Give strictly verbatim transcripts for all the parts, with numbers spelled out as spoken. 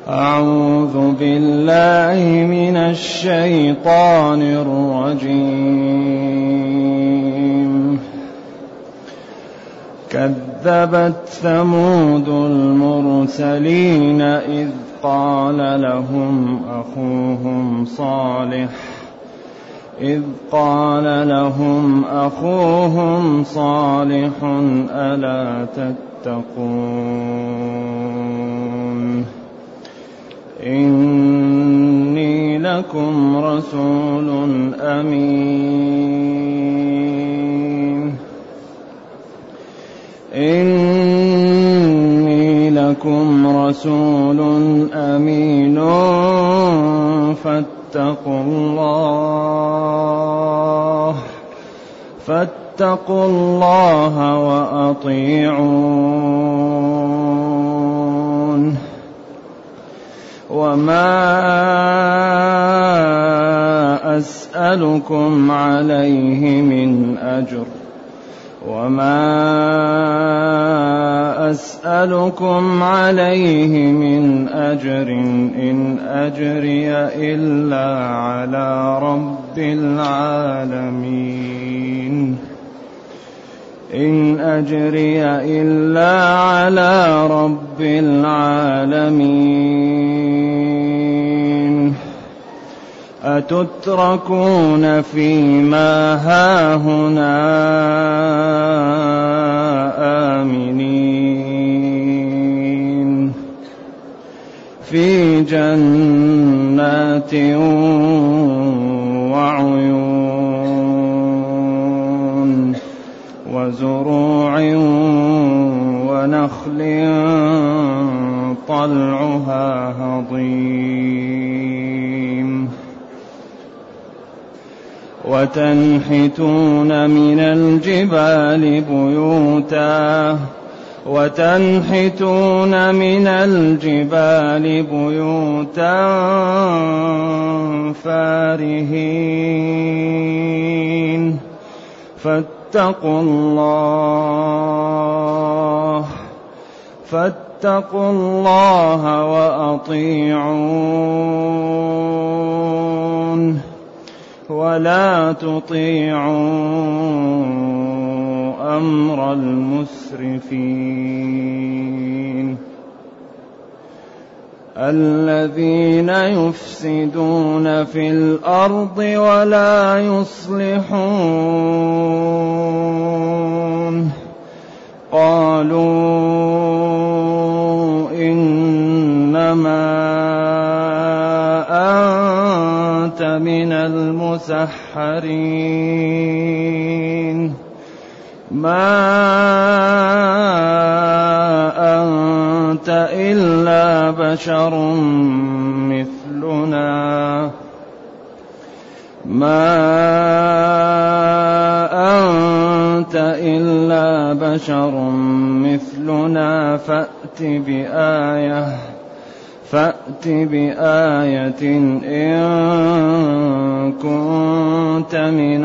أعوذ بالله من الشيطان الرجيم. كذبت ثمود المرسلين إذ قال لهم أخوهم صالح إذ قال لهم أخوهم صالح ألا تتقون إني لكم رسول أمين إني لكم رسول أمين فاتقوا الله فاتقوا الله وأطيعون وما أسألكم عليه من أجر وما أسألكم عليه من أجر إن أجري إلا على رب العالمين إن أجري إلا على رب العالمين أتتركون فيما هاهنا آمنين في جنات وعيون وزروع ونخل طلعها هضيم وتنحتون من الجبال بيوتا وتنحتون من الجبال بيوتا فارهين فاتقوا الله فاتقوا الله وأطيعون ولا تطيعوا أمر المسرفين الذين يفسدون في الأرض ولا يصلحون قالوا إنما أنت من المسحرين ما أنت إلا بشر مثلنا ما أنت إلا بشر مثلنا فأت بآية فأت بآية إن كنت من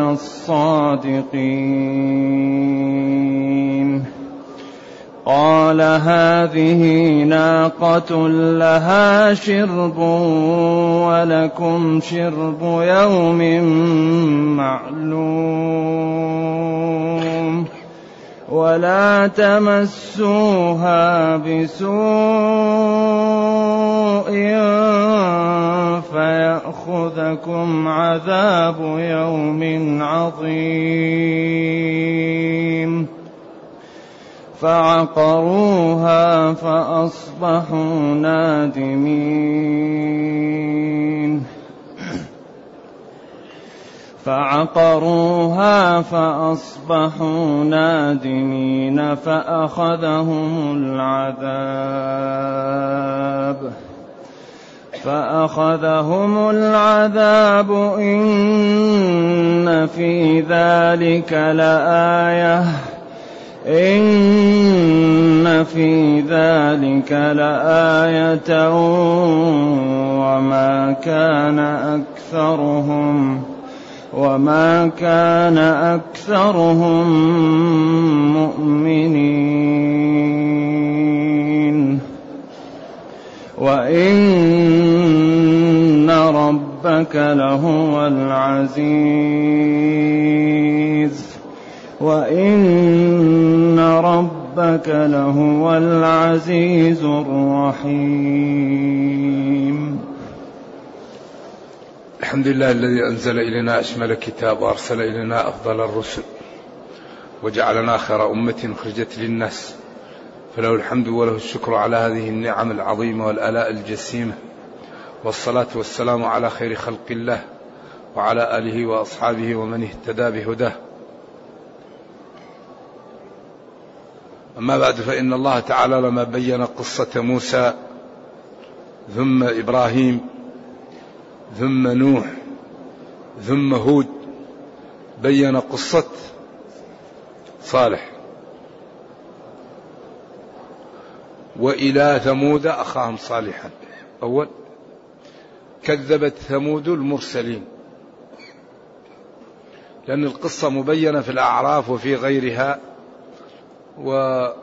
الصادقين قال هذه ناقة لها شرب ولكم شرب يوم معلوم ولا تمسوها بسوء فيأخذكم عذاب يوم عظيم فعقروها فأصبحوا نادمين فعقروها فأصبحوا نادمين فأخذهم العذاب فأخذهم العذاب إن في ذلك لآية إن في ذلك لآية وما كان أكثرهم وما كان أكثرهم مؤمنين وإن ربك لهو العزيز وإن ربك لهو العزيز الرحيم. الحمد لله الذي أنزل إلينا أشمل كتاب وأرسل إلينا أفضل الرسل وجعلنا خير أمة خرجت للناس، فله الحمد وله الشكر على هذه النعم العظيمة والآلاء الجسيمة، والصلاة والسلام على خير خلق الله وعلى آله وأصحابه ومن اهتدى بهداه. أما بعد، فإن الله تعالى لما بين قصة موسى ثم إبراهيم ثم نوح ثم هود بين قصة صالح. وإلى ثمود أخاهم صالحا. أول كذبت ثمود المرسلين، لأن القصة مبينة في الأعراف وفي غيرها، وهذه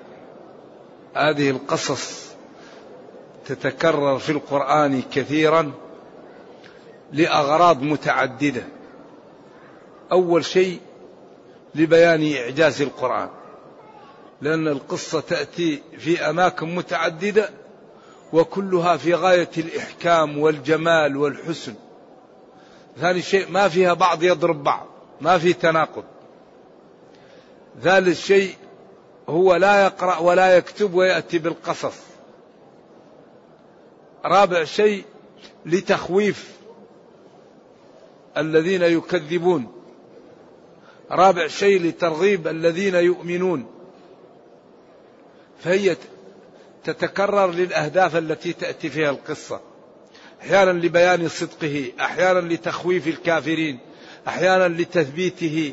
القصص تتكرر في القرآن كثيرا لأغراض متعددة. أول شيء لبيان إعجاز القرآن، لأن القصة تأتي في أماكن متعددة وكلها في غاية الإحكام والجمال والحسن. ثاني شيء ما فيها بعض يضرب بعض، ما في تناقض. ثالث شيء هو لا يقرأ ولا يكتب ويأتي بالقصص. رابع شيء لتخويف الذين يكذبون. رابع شيء لترغيب الذين يؤمنون. فهي تتكرر للأهداف التي تأتي فيها القصة، أحيانا لبيان صدقه، أحيانا لتخويف الكافرين، أحيانا لتثبيته،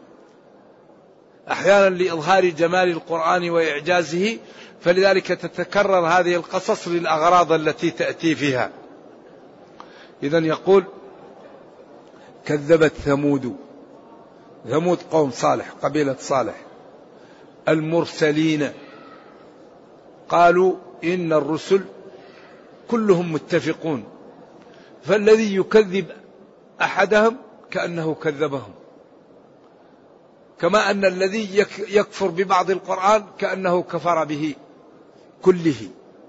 أحيانا لإظهار جمال القرآن وإعجازه. فلذلك تتكرر هذه القصص للأغراض التي تأتي فيها. إذن يقول كذبت ثمود. ثمود قوم صالح، قبيلة صالح، المرسلين. قالوا إن الرسل كلهم متفقون، فالذي يكذب أحدهم كأنه كذبهم، كما أن الذي يكفر ببعض القرآن كأنه كفر به كله.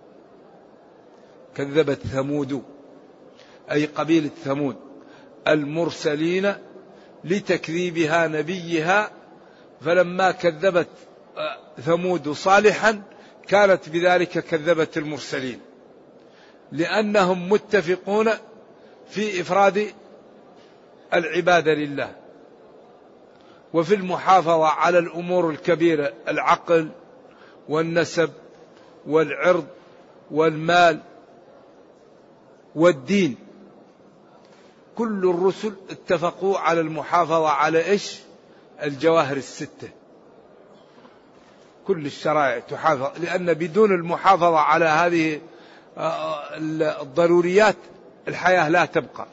كذبت ثمود أي قبيلة ثمود المرسلين لتكذيبها نبيها، فلما كذبت ثمود صالحا كانت بذلك كذبت المرسلين، لأنهم متفقون في إفراد العبادة لله وفي المحافظة على الأمور الكبيرة، العقل والنسب والعرض والمال والدين. كل الرسل اتفقوا على المحافظة على إيش؟ الجواهر الستة. كل الشرائع تحافظ، لأن بدون المحافظة على هذه الضروريات الحياة لا تبقى.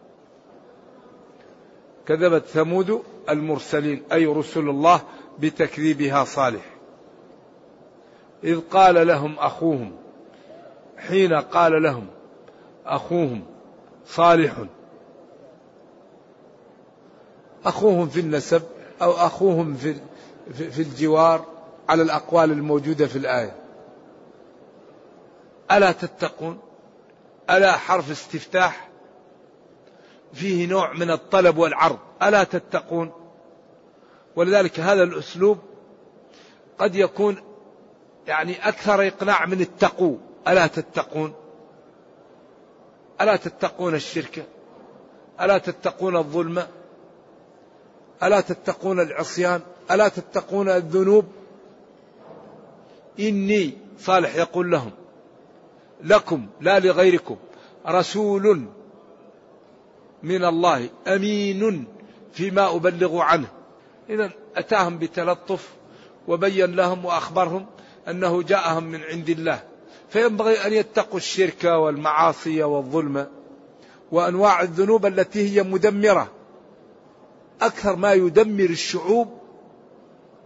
كذبت ثمود المرسلين أي رسل الله بتكذيبها صالح. إذ قال لهم أخوهم، حين قال لهم أخوهم صالح، أخوهم في النسب أو أخوهم في في الجوار على الأقوال الموجودة في الآية. ألا تتقون؟ ألا حرف استفتاح فيه نوع من الطلب والعرض، ألا تتقون؟ ولذلك هذا الأسلوب قد يكون يعني أكثر إقناع من التقوا. ألا تتقون؟ ألا تتقون الشرك؟ ألا تتقون الظلم؟ ألا تتقون العصيان؟ ألا تتقون الذنوب؟ إني صالح يقول لهم لكم لا لغيركم رسول من الله أمين فيما أبلغ عنه. إذن أتاهم بتلطف وبين لهم وأخبرهم أنه جاءهم من عند الله، فينبغي أن يتقوا الشرك والمعاصي والظلم وأنواع الذنوب التي هي مدمرة. أكثر ما يدمر الشعوب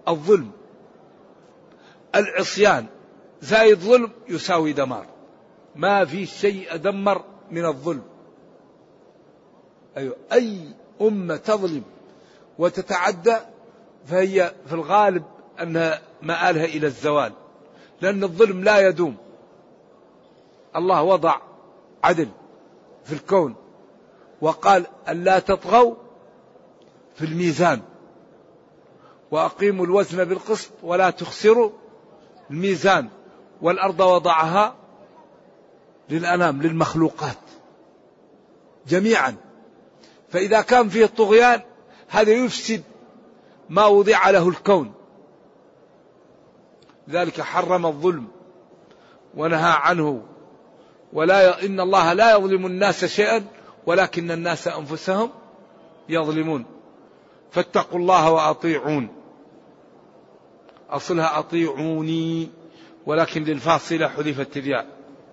الظلم، العصيان زائد ظلم يساوي دمار. ما في شيء أدمر من الظلم. أيوة، أي أمة تظلم وتتعدى فهي في الغالب أنها مآلها إلى الزوال، لأن الظلم لا يدوم. الله وضع عدل في الكون وقال ألا تطغوا في الميزان وأقيموا الوزن بالقسط ولا تخسروا الميزان، والأرض وضعها للأنام للمخلوقات جميعا. فإذا كان فيه الطغيان هذا يفسد ما وضع له الكون، لذلك حرم الظلم ونهى عنه. ولا إن الله لا يظلم الناس شيئا ولكن الناس أنفسهم يظلمون. فاتقوا الله وأطيعون، أصلها أطيعوني ولكن للفاصلة حذفت الياء.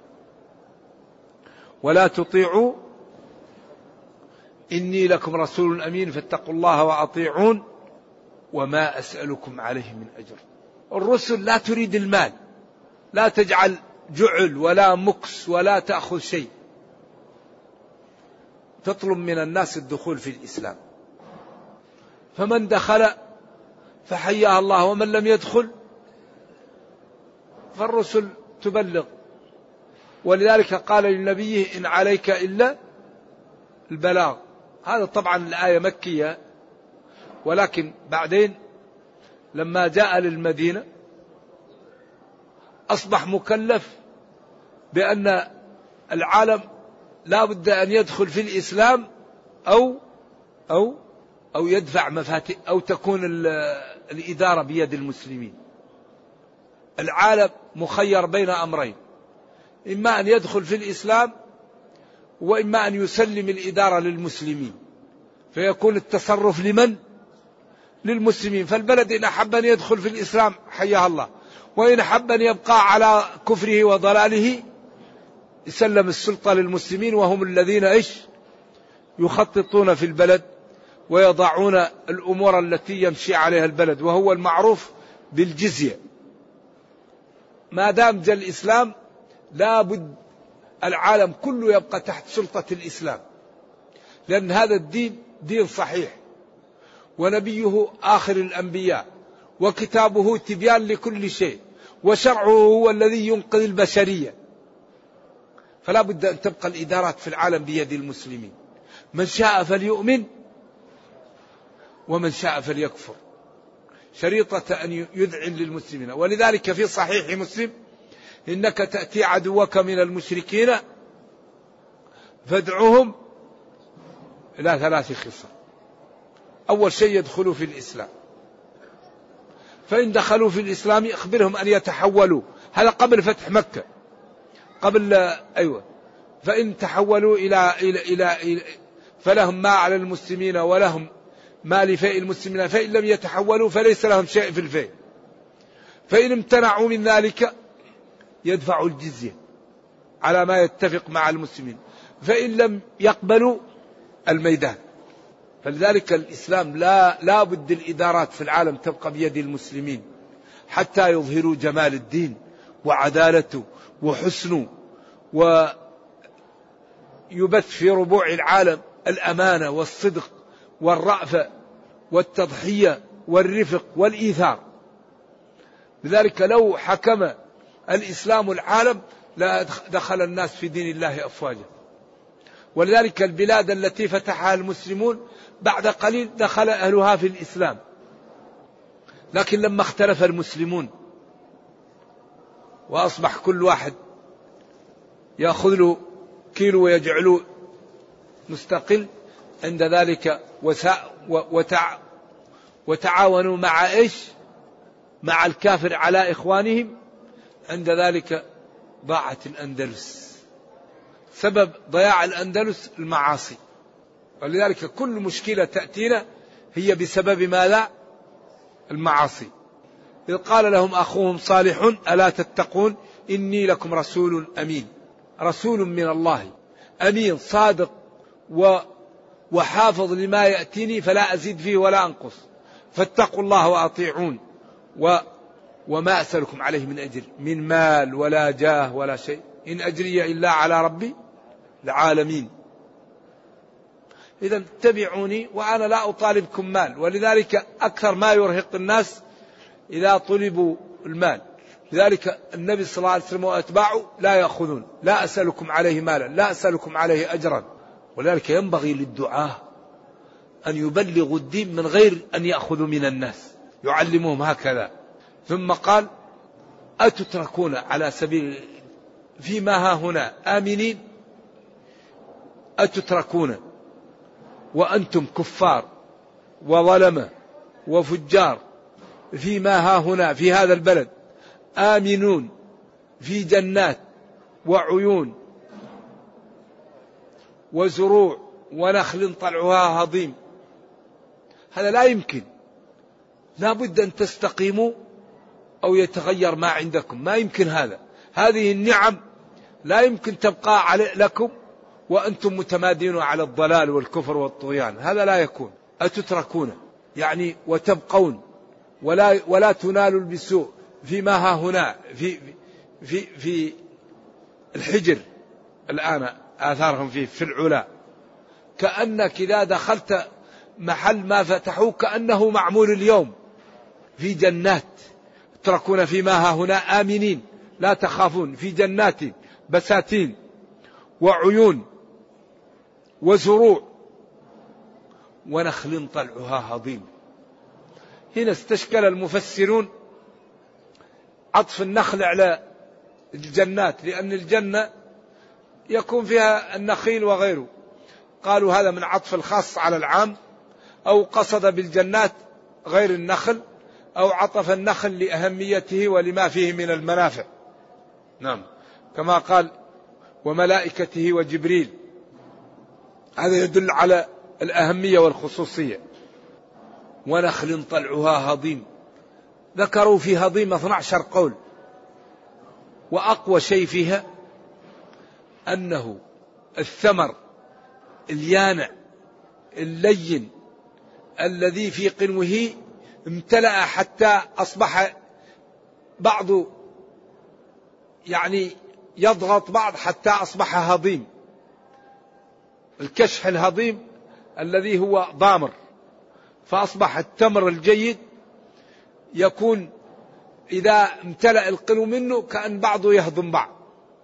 ولا تطيعوا إني لكم رسول أمين فاتقوا الله وأطيعون وما أسألكم عليه من أجر. الرسل لا تريد المال، لا تجعل جعل ولا مكس ولا تأخذ شيء، تطلب من الناس الدخول في الإسلام. فمن دخل فحياه الله، ومن لم يدخل فالرسل تبلغ. ولذلك قال للنبي إن عليك إلا البلاغ. هذا طبعا الآية مكية، ولكن بعدين لما جاء للمدينة أصبح مكلف بأن العالم لا بد أن يدخل في الإسلام أو أو أو يدفع مفاتيح أو تكون الإدارة بيد المسلمين. العالم مخير بين أمرين، إما أن يدخل في الإسلام وإما أن يسلم الإدارة للمسلمين، فيكون التصرف لمن؟ للمسلمين. فالبلد إن أحب أن يدخل في الإسلام حياه الله، وإن أحب أن يبقى على كفره وضلاله يسلم السلطة للمسلمين، وهم الذين إيش يخططون في البلد ويضعون الأمور التي يمشي عليها البلد، وهو المعروف بالجزية. ما دام جاء الإسلام لا بد العالم كله يبقى تحت سلطة الإسلام، لأن هذا الدين دين صحيح، ونبيه آخر الأنبياء، وكتابه تبيان لكل شيء، وشرعه هو الذي ينقذ البشرية. فلا بد أن تبقى الإدارات في العالم بيد المسلمين، من شاء فليؤمن ومن شاء فليكفر، شريطة أن يذعن للمسلمين. ولذلك في صحيح مسلم إنك تأتي عدوك من المشركين فادعوهم إلى ثلاث خصال. أول شيء يدخلوا في الإسلام، فإن دخلوا في الإسلام أخبرهم أن يتحولوا، هذا قبل فتح مكة، قبل أيوة. فإن تحولوا إلى إلى إلى, إلى فلهم ما على المسلمين ولهم ما لفيء المسلمين، فإن لم يتحولوا فليس لهم شيء في الفيء. فإن امتنعوا من ذلك يدفعوا الجزية على ما يتفق مع المسلمين، فإن لم يقبلوا الميدان. فلذلك الإسلام لا لا بد الإدارات في العالم تبقى بيد المسلمين حتى يظهروا جمال الدين وعدالته وحسنه، ويبث في ربوع العالم الأمانة والصدق والرأفة والتضحية والرفق والإيثار. لذلك لو حكم الإسلام العالم لا دخل الناس في دين الله أفواجا. ولذلك البلاد التي فتحها المسلمون بعد قليل دخل أهلها في الإسلام، لكن لما اختلف المسلمون وأصبح كل واحد يأخذ له كيلو ويجعله مستقل، عند ذلك وتع وتعاونوا مع إيش؟ مع الكافر على إخوانهم، عند ذلك ضاعت الأندلس. سبب ضياع الأندلس المعاصي. ولذلك كل مشكلة تأتينا هي بسبب ماذا؟ المعاصي. إذ قال لهم أخوهم صالح ألا تتقون إني لكم رسول أمين، رسول من الله أمين صادق و وحافظ لما يأتيني فلا أزيد فيه ولا أنقص، فاتقوا الله وأطيعون و وما أسألكم عليه من أجر من مال ولا جاه ولا شيء، إن أجري إلا على ربي العالمين. إذا اتبعوني وأنا لا أطالبكم مال. ولذلك أكثر ما يرهق الناس إذا طلبوا المال. لذلك النبي صلى الله عليه وسلم وأتباعه لا يأخذون. لا أسألكم عليه مالا، لا أسألكم عليه أجرا. ولذلك ينبغي للدعاة أن يبلغوا الدين من غير أن يأخذوا من الناس، يعلمهم هكذا. ثم قال أتتركون على سبيل فيما ها هنا آمنين، أتتركون وأنتم كفار وظلمة وفجار فيما ها هنا في هذا البلد آمنون في جنات وعيون وزروع ونخل طلعها هضيم. هذا لا يمكن، لا بد أن تستقيموا أو يتغير ما عندكم. ما يمكن هذا. هذه النعم لا يمكن تبقى على لكم وأنتم متمادين على الضلال والكفر والطغيان. هذا لا يكون. أتتركون يعني وتبقون ولا ولا تنالوا بالسوء فيما ها هنا في في في الحجر الآن آثارهم فيه في العلا، كأنك إذا دخلت محل ما فتحوه كأنه معمول اليوم في جنات. تتركون فيما ها هنا آمنين لا تخافون في جنات بساتين وعيون وزروع ونخل طلعها هضيم. هنا استشكل المفسرون عطف النخل على الجنات، لأن الجنة يكون فيها النخيل وغيره. قالوا هذا من عطف الخاص على العام، أو قصد بالجنات غير النخل، أو عطف النخل لأهميته ولما فيه من المنافع. نعم، كما قال وملائكته وجبريل، هذا يدل على الأهمية والخصوصية. ونخل طلعها هضيم، ذكروا في هضيم اثني عشر قول، وأقوى شيء فيها أنه الثمر اليانع اللين الذي في قنوه امتلأ حتى أصبح بعض يعني يضغط بعض حتى أصبح هضيم. الكشح الهضيم الذي هو ضامر، فأصبح التمر الجيد يكون إذا امتلأ القنو منه كأن بعضه يهضم بعض.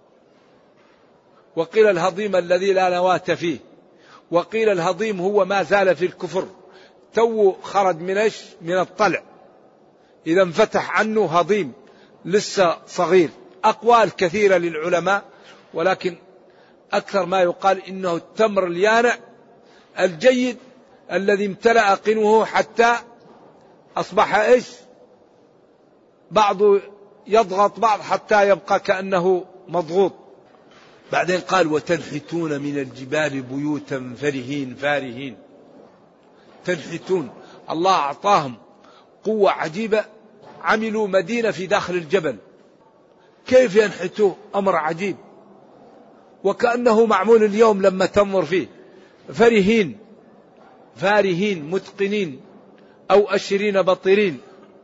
وقيل الهضيم الذي لا نواة فيه، وقيل الهضيم هو ما زال في الكفر تو خرج من ايش؟ من الطلع، إذا انفتح عنه هضيم لسه صغير. أقوال كثيرة للعلماء، ولكن أكثر ما يقال إنه التمر اليانع الجيد الذي امتلأ قنوه حتى أصبح إيش؟ بعض يضغط بعض حتى يبقى كأنه مضغوط. بعدين قال وتنحتون من الجبال بيوتا فرهين فارهين. تنحتون، الله أعطاهم قوة عجيبة، عملوا مدينة في داخل الجبل. كيف ينحتوه؟ أمر عجيب، وكأنه معمول اليوم لما تنظر فيه. فرهين فارهين متقنين أو أشرين بطرين.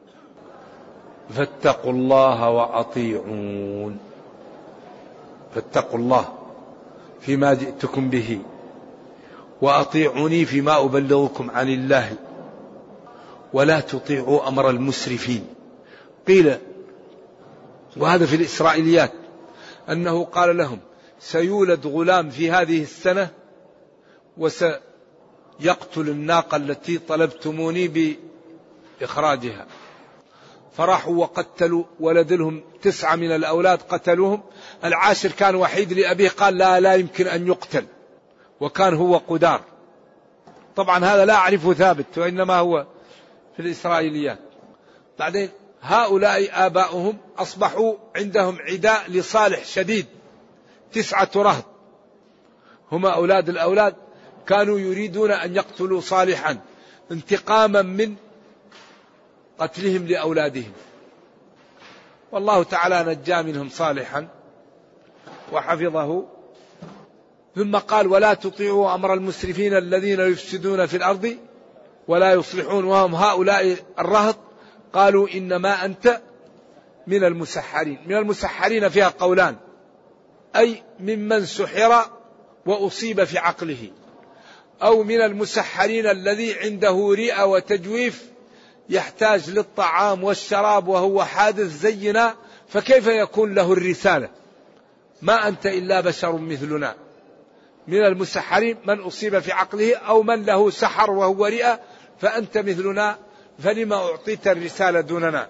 فاتقوا الله وأطيعون. فاتقوا الله فيما جئتكم به، وأطيعوني فيما أبلغكم عن الله، ولا تطيعوا أمر المسرفين. قيل، وهذا في الإسرائيليات، أنه قال لهم سيولد غلام في هذه السنة وسيقتل الناقة التي طلبتموني بإخراجها. فراحوا وقتلوا ولد لهم تسعة من الأولاد قتلوهم، العاشر كان وحيد لأبيه، قال لا لا يمكن أن يقتل، وكان هو قدار. طبعا هذا لا أعرفه ثابت، وإنما هو في الإسرائيليات. بعدين هؤلاء آباؤهم أصبحوا عندهم عداء لصالح شديد، تسعة رهط هم أولاد الأولاد، كانوا يريدون أن يقتلوا صالحا انتقاما من قتلهم لأولادهم. والله تعالى نجى منهم صالحا وحفظه. ثم قال ولا تطيعوا أمر المسرفين الذين يفسدون في الأرض ولا يصلحون، وهم هؤلاء الرهط. قالوا إنما أنت من المسحرين. من المسحرين فيها قولان، أي ممن سحر وأصيب في عقله، أو من المسحرين الذي عنده رئة وتجويف يحتاج للطعام والشراب وهو حادث زينا، فكيف يكون له الرسالة؟ ما أنت إلا بشر مثلنا. من المسحرين من أصيب في عقله أو من له سحر وهو رئة، فأنت مثلنا، فلما أعطيت الرسالة دوننا؟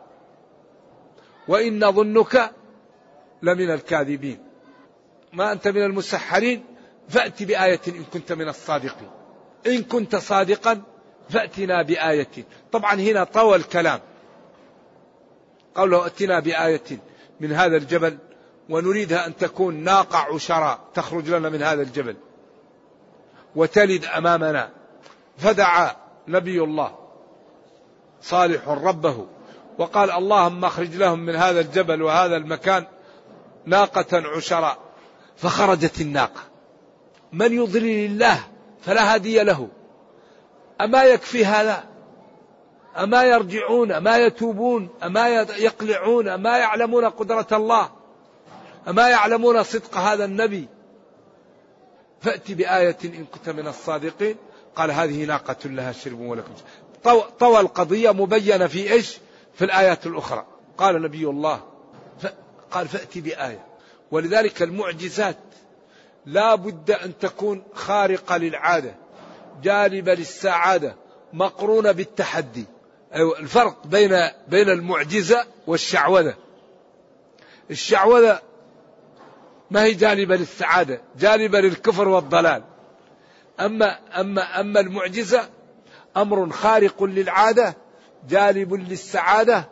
وإن نظنك لمن الكاذبين. ما أنت من المسحرين، فأت بآية إن كنت من الصادقين. إن كنت صادقا فأتنا بآية. طبعا هنا طوى الكلام، قوله أتنا بآية من هذا الجبل، ونريدها أن تكون ناقة عشراء تخرج لنا من هذا الجبل وتلد أمامنا. فدعا نبي الله صالح ربه وقال اللهم اخرج لهم من هذا الجبل وهذا المكان ناقة عشراء، فخرجت الناقة. من يضلل الله فلا هادي له. أما يكفي هذا؟ أما يرجعون؟ أما يتوبون؟ أما يقلعون؟ أما يعلمون قدرة الله؟ أما يعلمون صدق هذا النبي؟ فأتي بآية إن كنت من الصادقين. قال هذه ناقة لها شرب ولكم. طوى القضية مبينة في إيش؟ في الآيات الأخرى. قال نبي الله قال فأتي بآية. ولذلك المعجزات لا بد أن تكون خارقة للعادة، جالبة للسعادة، مقرونة بالتحدي. أيوة، الفرق بين بين المعجزة والشعوذة. الشعوذة ما هي جالبة للسعادة، جالبة للكفر والضلال. أما أما أما المعجزة أمر خارق للعادة، جالب للسعادة،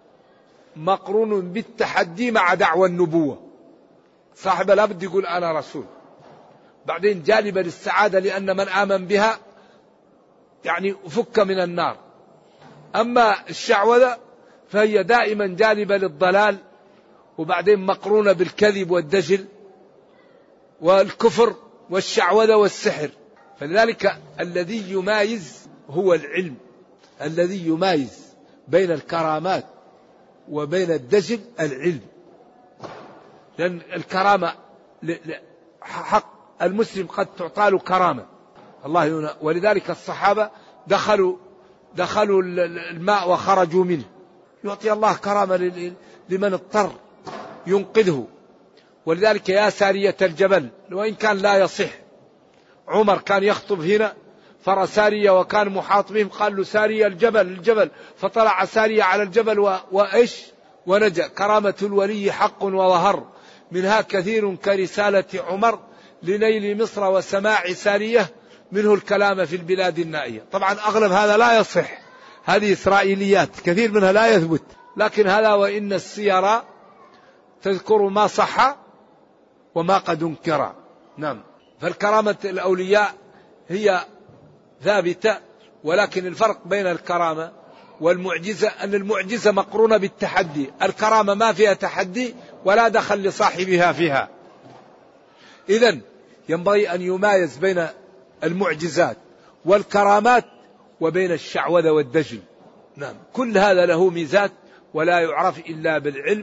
مقرون بالتحدي مع دعوى النبوة. صاحب الأبد يقول أنا رسول. بعدين جالبة للسعادة لأن من آمن بها يعني فك من النار. أما الشعوذة فهي دائما جالبة للضلال، وبعدين مقرونة بالكذب والدجل والكفر والشعوذة والسحر. فلذلك الذي يمايز هو العلم، الذي يمايز بين الكرامات وبين الدجل العلم. لأن الكرامة حق المسلم قد تعطى له كرامة الله يونا. ولذلك الصحابة دخلوا دخلوا الماء وخرجوا منه، يعطي الله كرامة لمن اضطر ينقذه. ولذلك يا سارية الجبل، وإن كان لا يصح، عمر كان يخطب هنا فرى سارية وكان محاط بهم، قال له سارية الجبل الجبل، فطلع سارية على الجبل و... وإيش ونجا. كرامة الولي حق وظهر، منها كثير كرسالة عمر لنيل مصر وسماع سارية منه الكلام في البلاد النائية. طبعا أغلب هذا لا يصح، هذه إسرائيليات كثير منها لا يثبت، لكن هذا وإن السير تذكر ما صح وما قد انكر. نعم. فالكرامة الأولياء هي ثابتة، ولكن الفرق بين الكرامة والمعجزة أن المعجزة مقرونة بالتحدي، الكرامة ما فيها تحدي ولا دخل لصاحبها فيها. إذن ينبغي أن يمايز بين المعجزات والكرامات وبين الشعوذة والدجل. نعم. كل هذا له ميزات ولا يعرف إلا بالعلم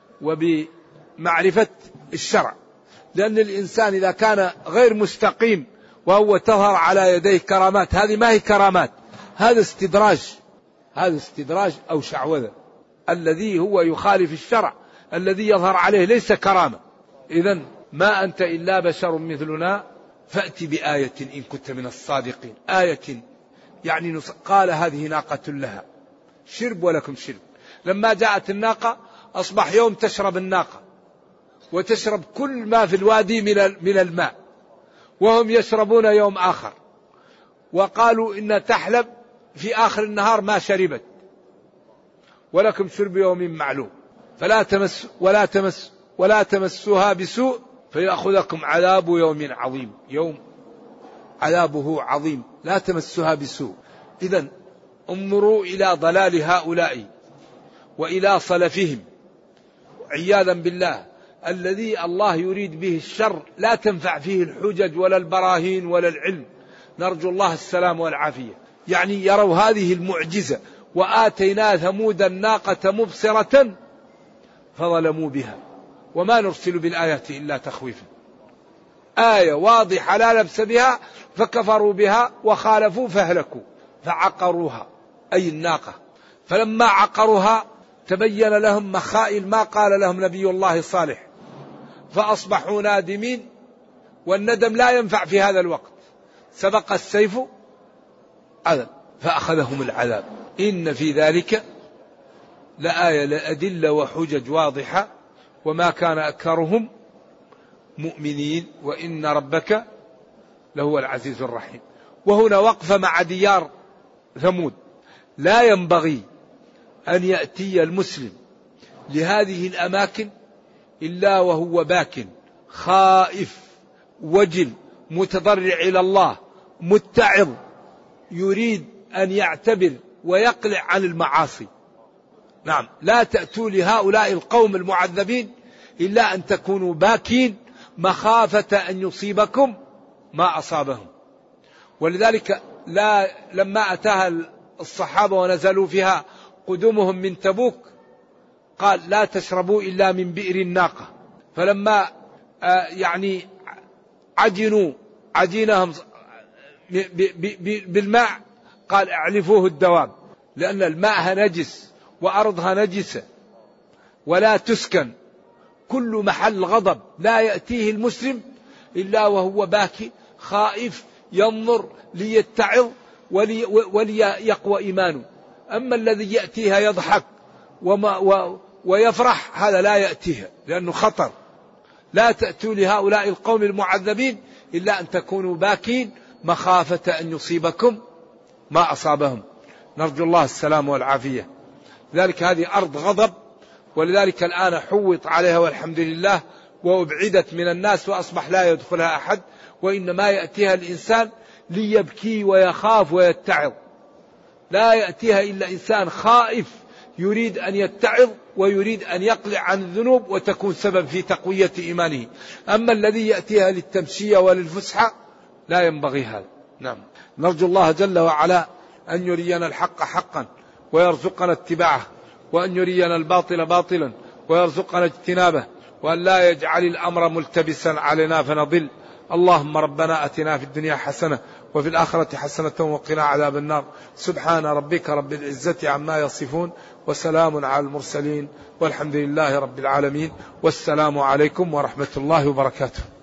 وبمعرفة الشرع. لأن الإنسان إذا كان غير مستقيم وهو تظهر على يديه كرامات، هذه ما هي كرامات، هذا استدراج، هذا استدراج أو شعوذة. الذي هو يخالف الشرع الذي يظهر عليه ليس كرامة. إذن ما أنت إلا بشر مثلنا فأتي بآية إن كنت من الصادقين. آية يعني قال هذه ناقة لها شرب ولكم شرب. لما جاءت الناقة أصبح يوم تشرب الناقة وتشرب كل ما في الوادي من الماء، وهم يشربون يوم آخر، وقالوا إن تحلب في آخر النهار ما شربت، ولكم شرب يوم معلوم. فلا تمس ولا تمس ولا تمسوها بسوء فيأخذكم عذاب يوم عظيم. يوم عذابه عظيم، لا تمسها بسوء. إذن انظروا إلى ضلال هؤلاء وإلى صلفهم عياذا بالله. الذي الله يريد به الشر لا تنفع فيه الحجج ولا البراهين ولا العلم. نرجو الله السلام والعافية. يعني يروا هذه المعجزة وآتينا ثمود الناقة مبصرة فظلموا بها وما نرسل بالآيات إلا تخويفا. آية واضحة لا لبس بها فكفروا بها وخالفوا فهلكوا فعقروها أي الناقة. فلما عقروها تبين لهم مخائل ما قال لهم نبي الله صالح فأصبحوا نادمين، والندم لا ينفع في هذا الوقت، سبق السيف عذب فأخذهم العذاب. إن في ذلك لآية لأدلة وحجج واضحة وما كان أكثرهم مؤمنين وإن ربك لهو العزيز الرحيم. وهنا وقفة مع ديار ثمود. لا ينبغي أن يأتي المسلم لهذه الأماكن إلا وهو باك خائف وجل متضرع إلى الله متعظ يريد أن يعتبر ويقلع عن المعاصي. نعم، لا تأتوا لهؤلاء القوم المعذبين إلا أن تكونوا باكين مخافة أن يصيبكم ما أصابهم. ولذلك لا لما أتاها الصحابة ونزلوا فيها قدومهم من تبوك قال لا تشربوا إلا من بئر الناقة. فلما يعني عجنوا عجينهم بالماء قال اعلفوه الدواب، لأن الماء نجس وأرضها نجسة ولا تسكن. كل محل غضب لا يأتيه المسلم إلا وهو باكي خائف ينظر ليتعظ ولي وليقوى إيمانه. أما الذي يأتيها يضحك وما و ويفرح هذا لا يأتيها لأنه خطر. لا تأتوا لهؤلاء القوم المعذبين إلا أن تكونوا باكين مخافة أن يصيبكم ما أصابهم. نرجو الله السلام والعافية. لذلك هذه أرض غضب، ولذلك الآن حوط عليها والحمد لله وأبعدت من الناس وأصبح لا يدخلها أحد، وإنما يأتيها الإنسان ليبكي ويخاف ويتعظ. لا يأتيها إلا إنسان خائف يريد أن يتعظ ويريد أن يقلع عن الذنوب وتكون سبب في تقوية إيمانه. أما الذي يأتيها للتمشية وللفسحة لا ينبغي هذا. نعم، نرجو الله جل وعلا أن يرينا الحق حقا ويرزقنا اتباعه، وأن يرينا الباطل باطلا ويرزقنا اجتنابه، وأن لا يجعل الأمر ملتبسا علينا فنضل. اللهم ربنا أتنا في الدنيا حسنة وفي الآخرة حسنة وقنا عذاب النار. سبحان ربك رب العزة عما يصفون وسلام على المرسلين والحمد لله رب العالمين. والسلام عليكم ورحمة الله وبركاته.